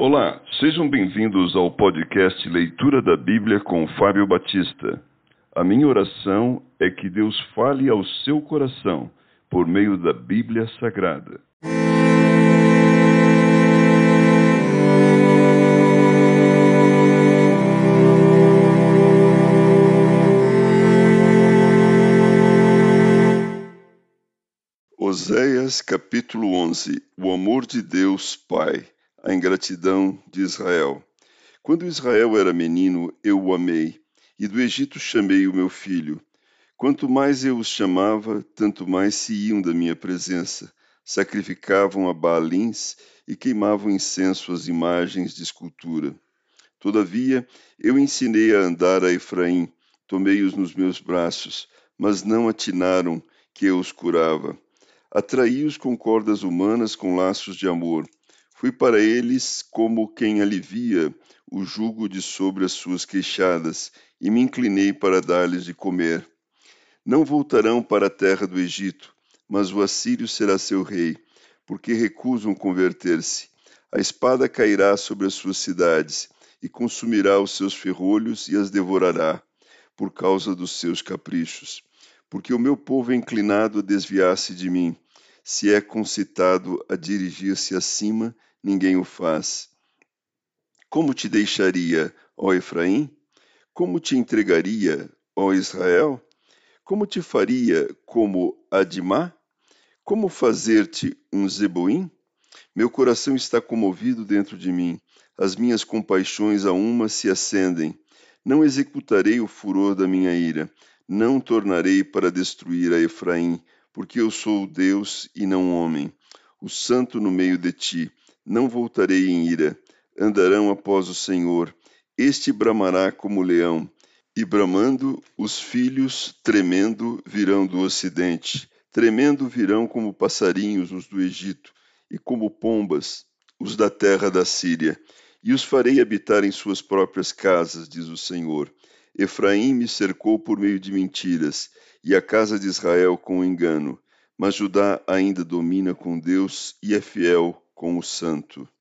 Olá, sejam bem-vindos ao podcast Leitura da Bíblia com Fábio Batista. A minha oração é que Deus fale ao seu coração por meio da Bíblia Sagrada. Oséias capítulo 11. O amor de Deus Pai, a ingratidão de Israel. Quando Israel era menino, eu o amei, e do Egito chamei o meu filho. Quanto mais eu os chamava, tanto mais se iam da minha presença. Sacrificavam a Baalins e queimavam incenso às imagens de escultura. Todavia, eu ensinei a andar a Efraim, tomei-os nos meus braços, mas não atinaram que eu os curava. Atraí-os com cordas humanas, com laços de amor. Fui para eles como quem alivia o jugo de sobre as suas queixadas, e me inclinei para dar-lhes de comer. Não voltarão para a terra do Egito, mas o assírio será seu rei, porque recusam converter-se. A espada cairá sobre as suas cidades, e consumirá os seus ferrolhos e as devorará, por causa dos seus caprichos. Porque o meu povo é inclinado a desviar-se de mim. Se é concitado a dirigir-se acima, ninguém o faz. Como te deixaria, ó Efraim? Como te entregaria, ó Israel? Como te faria como Adimá? Como fazer-te um Zeboim? Meu coração está comovido dentro de mim, as minhas compaixões a uma se acendem. Não executarei o furor da minha ira, não tornarei para destruir a Efraim, porque eu sou o Deus e não homem, o santo no meio de ti. Não voltarei em ira, andarão após o Senhor. Este bramará como leão, e bramando os filhos, tremendo, virão do ocidente. Tremendo virão como passarinhos os do Egito, e como pombas os da terra da Síria. E os farei habitar em suas próprias casas, diz o Senhor. Efraim me cercou por meio de mentiras, e a casa de Israel com engano. Mas Judá ainda domina com Deus e é fiel com o Santo.